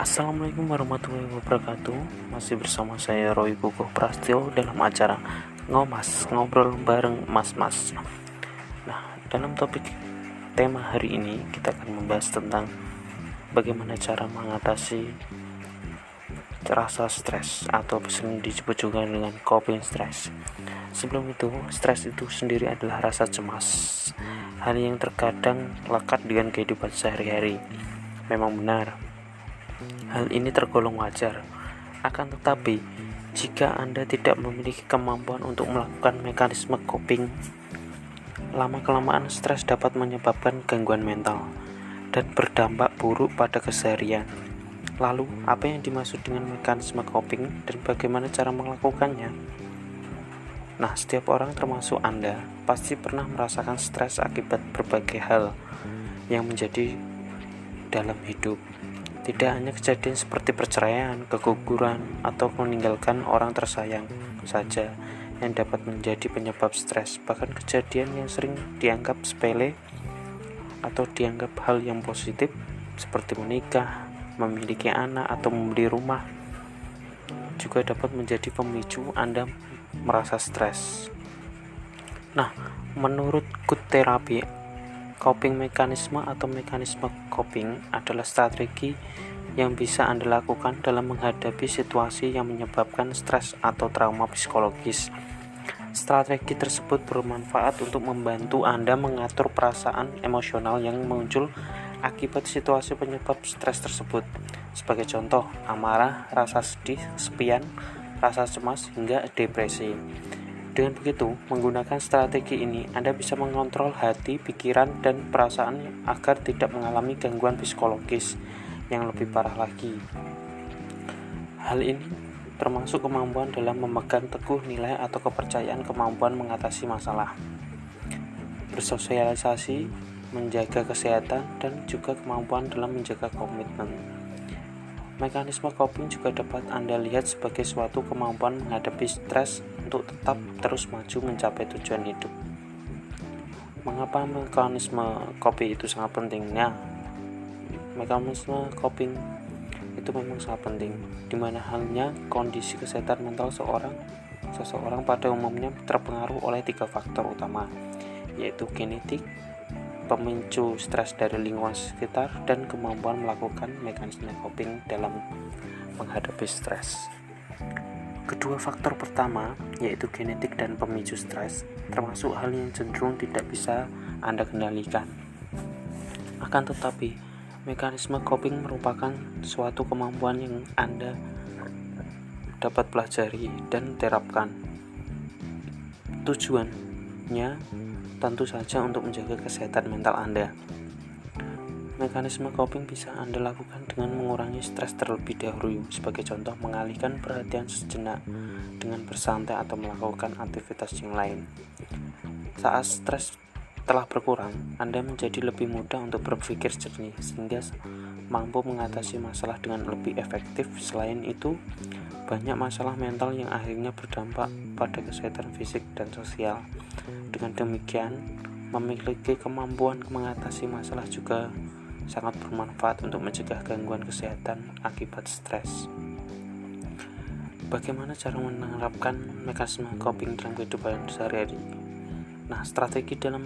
Assalamualaikum warahmatullahi wabarakatuh. Masih bersama saya Roy Kukuh Prastyo dalam acara Ngomas, ngobrol bareng mas-mas. Nah, dalam topik tema hari ini kita akan membahas tentang bagaimana cara mengatasi rasa stres atau sering disebut juga dengan coping stress. Sebelum itu, stres itu sendiri adalah rasa cemas, hal yang terkadang lekat dengan kehidupan sehari-hari. Memang benar, hal ini tergolong wajar, akan tetapi jika Anda tidak memiliki kemampuan untuk melakukan mekanisme coping, lama-kelamaan stres dapat menyebabkan gangguan mental dan berdampak buruk pada keseharian. Lalu, apa yang dimaksud dengan mekanisme coping dan bagaimana cara melakukannya? Nah, setiap orang termasuk Anda pasti pernah merasakan stres akibat berbagai hal yang menjadi dalam hidup. Tidak hanya kejadian seperti perceraian, keguguran, atau meninggalkan orang tersayang saja yang dapat menjadi penyebab stres. Bahkan kejadian yang sering dianggap sepele atau dianggap hal yang positif seperti menikah, memiliki anak, atau membeli rumah juga dapat menjadi pemicu Anda merasa stres. Nah, menurut Good Therapy, coping mekanisme atau mekanisme coping adalah strategi yang bisa Anda lakukan dalam menghadapi situasi yang menyebabkan stres atau trauma psikologis. Strategi tersebut bermanfaat untuk membantu Anda mengatur perasaan emosional yang muncul akibat situasi penyebab stres tersebut. Sebagai contoh, amarah, rasa sedih, kesepian, rasa cemas, hingga depresi. Dengan begitu, menggunakan strategi ini, Anda bisa mengontrol hati, pikiran, dan perasaan agar tidak mengalami gangguan psikologis yang lebih parah lagi. Hal ini termasuk kemampuan dalam memegang teguh nilai atau kepercayaan kemampuan mengatasi masalah, bersosialisasi, menjaga kesehatan, dan juga kemampuan dalam menjaga komitmen. Mekanisme coping juga dapat Anda lihat sebagai suatu kemampuan menghadapi stres untuk tetap terus maju mencapai tujuan hidup. Mengapa mekanisme coping itu sangat penting? Nah, mekanisme coping itu memang sangat penting, di mana halnya kondisi kesehatan mental seseorang pada umumnya terpengaruh oleh 3 faktor utama, yaitu genetik, pemicu stres dari lingkungan sekitar, dan kemampuan melakukan mekanisme coping dalam menghadapi stres. Kedua faktor pertama, yaitu genetik dan pemicu stres, termasuk hal yang cenderung tidak bisa Anda kendalikan. Akan tetapi, mekanisme coping merupakan suatu kemampuan yang Anda dapat pelajari dan terapkan. Tujuannya tentu saja untuk menjaga kesehatan mental Anda. Mekanisme coping bisa Anda lakukan dengan mengurangi stres terlebih dahulu. Sebagai contoh, mengalihkan perhatian sejenak dengan bersantai atau melakukan aktivitas yang lain. Saat stres telah berkurang, Anda menjadi lebih mudah untuk berpikir jernih sehingga mampu mengatasi masalah dengan lebih efektif. Selain itu, banyak masalah mental yang akhirnya berdampak pada kesehatan fisik dan sosial. Dengan demikian, memiliki kemampuan mengatasi masalah juga sangat bermanfaat untuk mencegah gangguan kesehatan akibat stres. Bagaimana cara menerapkan mekanisme coping dalam kehidupan sehari-hari? Nah, strategi dalam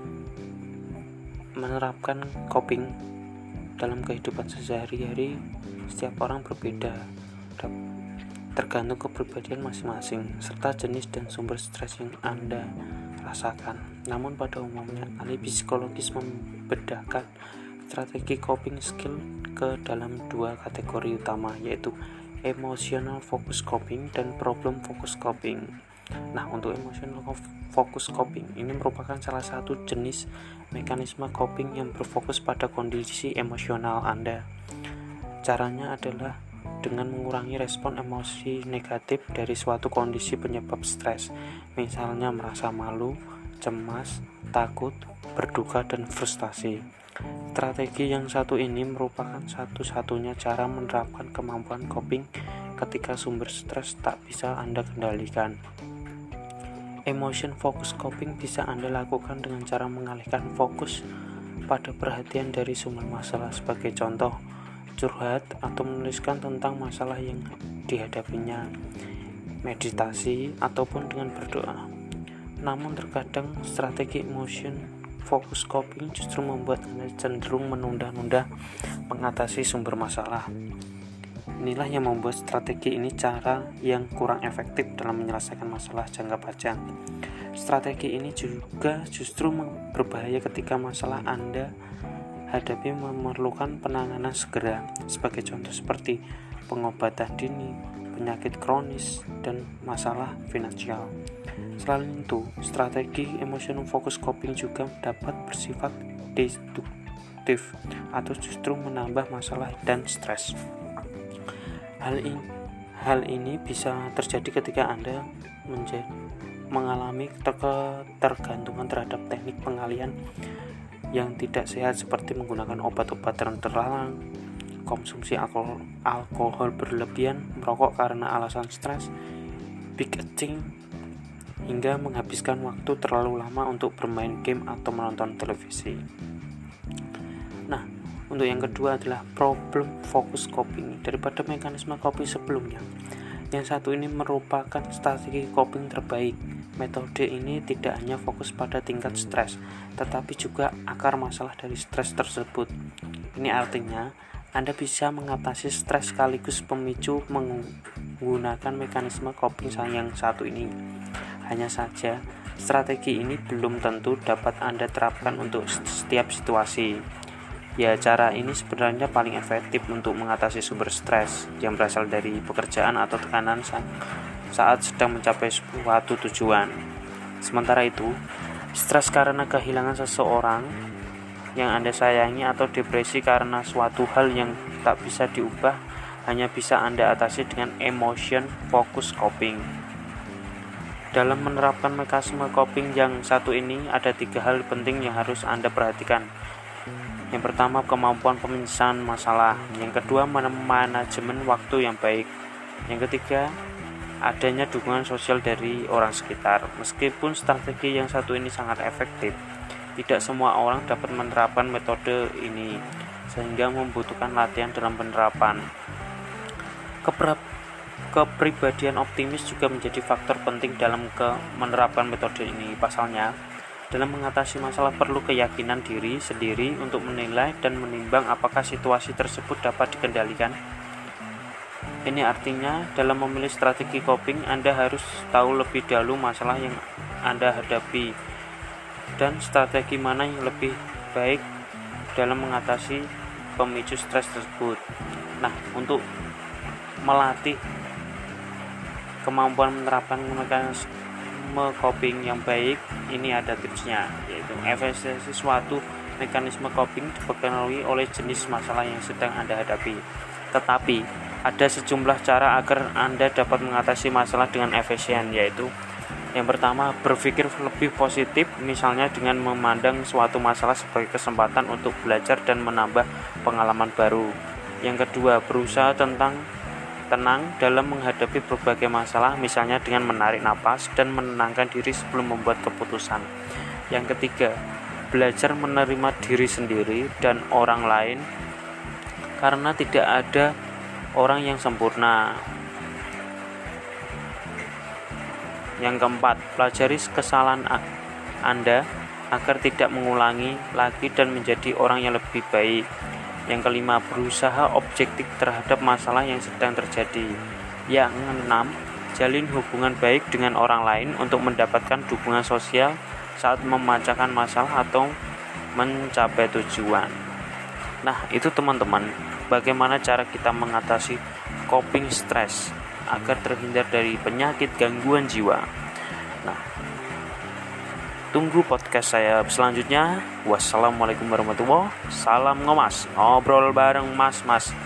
menerapkan coping dalam kehidupan sehari-hari setiap orang berbeda, tergantung kepribadian masing-masing serta jenis dan sumber stres yang Anda rasakan. Namun pada umumnya, ahli psikologis membedakan strategi coping skill ke dalam 2 kategori utama, yaitu emotional focus coping dan problem focus coping. Nah, untuk emotional focus coping ini merupakan salah satu jenis mekanisme coping yang berfokus pada kondisi emosional Anda. Caranya adalah dengan mengurangi respon emosi negatif dari suatu kondisi penyebab stres, misalnya merasa malu, cemas, takut, berduka, dan frustasi. Strategi yang satu ini merupakan satu-satunya cara menerapkan kemampuan coping ketika sumber stres tak bisa Anda kendalikan. Emotion focus coping bisa Anda lakukan dengan cara mengalihkan fokus pada perhatian dari sumber masalah. Sebagai contoh, curhat atau menuliskan tentang masalah yang dihadapinya, meditasi, ataupun dengan berdoa. Namun terkadang strategi emotion focus coping justru membuat Anda cenderung menunda-nunda mengatasi sumber masalah. Inilah yang membuat strategi ini cara yang kurang efektif dalam menyelesaikan masalah jangka panjang. Strategi ini juga justru berbahaya ketika masalah Anda hadapi memerlukan penanganan segera, sebagai contoh seperti pengobatan dini, penyakit kronis, dan masalah finansial. Selain itu, strategi emotional focus coping juga dapat bersifat destruktif atau justru menambah masalah dan stres. Hal ini bisa terjadi ketika Anda mengalami ketergantungan terhadap teknik pengalihan yang tidak sehat seperti menggunakan obat-obatan terlarang, konsumsi alkohol berlebihan, merokok karena alasan stres, binge eating, hingga menghabiskan waktu terlalu lama untuk bermain game atau menonton televisi. Nah, untuk yang kedua adalah problem focus coping. Daripada mekanisme coping sebelumnya, yang satu ini merupakan strategi coping terbaik. Metode ini tidak hanya fokus pada tingkat stres, tetapi juga akar masalah dari stres tersebut. Ini artinya Anda bisa mengatasi stres sekaligus pemicu menggunakan mekanisme coping yang satu ini. Hanya saja, strategi ini belum tentu dapat Anda terapkan untuk setiap situasi. Ya, cara ini sebenarnya paling efektif untuk mengatasi sumber stres yang berasal dari pekerjaan atau tekanan saat sedang mencapai suatu tujuan. Sementara itu, stres karena kehilangan seseorang yang Anda sayangi atau depresi karena suatu hal yang tak bisa diubah hanya bisa Anda atasi dengan emotion focus coping. Dalam menerapkan mekanisme coping yang satu ini, ada 3 hal penting yang harus Anda perhatikan. Yang pertama, kemampuan penyelesaian masalah. Yang kedua, manajemen waktu yang baik. Yang ketiga, adanya dukungan sosial dari orang sekitar. Meskipun strategi yang satu ini sangat efektif, tidak semua orang dapat menerapkan metode ini, sehingga membutuhkan latihan dalam penerapan. Kepribadian optimis juga menjadi faktor penting dalam menerapkan metode ini. Pasalnya, dalam mengatasi masalah perlu keyakinan diri sendiri untuk menilai dan menimbang apakah situasi tersebut dapat dikendalikan. Ini artinya dalam memilih strategi coping, Anda harus tahu lebih dahulu masalah yang Anda hadapi dan strategi mana yang lebih baik dalam mengatasi pemicu stres tersebut. Nah, untuk melatih kemampuan menerapkan mekanisme coping yang baik, ini ada tipsnya, yaitu efisiensi suatu mekanisme coping dipengaruhi oleh jenis masalah yang sedang Anda hadapi. Tetapi ada sejumlah cara agar Anda dapat mengatasi masalah dengan efisien, yaitu yang pertama, berpikir lebih positif, misalnya dengan memandang suatu masalah sebagai kesempatan untuk belajar dan menambah pengalaman baru. Yang kedua, berusaha tenang dalam menghadapi berbagai masalah, misalnya dengan menarik napas dan menenangkan diri sebelum membuat keputusan. Yang ketiga, belajar menerima diri sendiri dan orang lain karena tidak ada orang yang sempurna. Yang keempat, pelajari kesalahan Anda agar tidak mengulangi lagi dan menjadi orang yang lebih baik. Yang kelima, berusaha objektif terhadap masalah yang sedang terjadi. Yang keenam, jalin hubungan baik dengan orang lain untuk mendapatkan dukungan sosial saat memecahkan masalah atau mencapai tujuan. Nah, itu teman-teman, bagaimana cara kita mengatasi coping stres agar terhindar dari penyakit gangguan jiwa. Nah, tunggu podcast saya selanjutnya. Wassalamualaikum warahmatullahi wabarakatuh. Salam ngomas, ngobrol bareng mas-mas.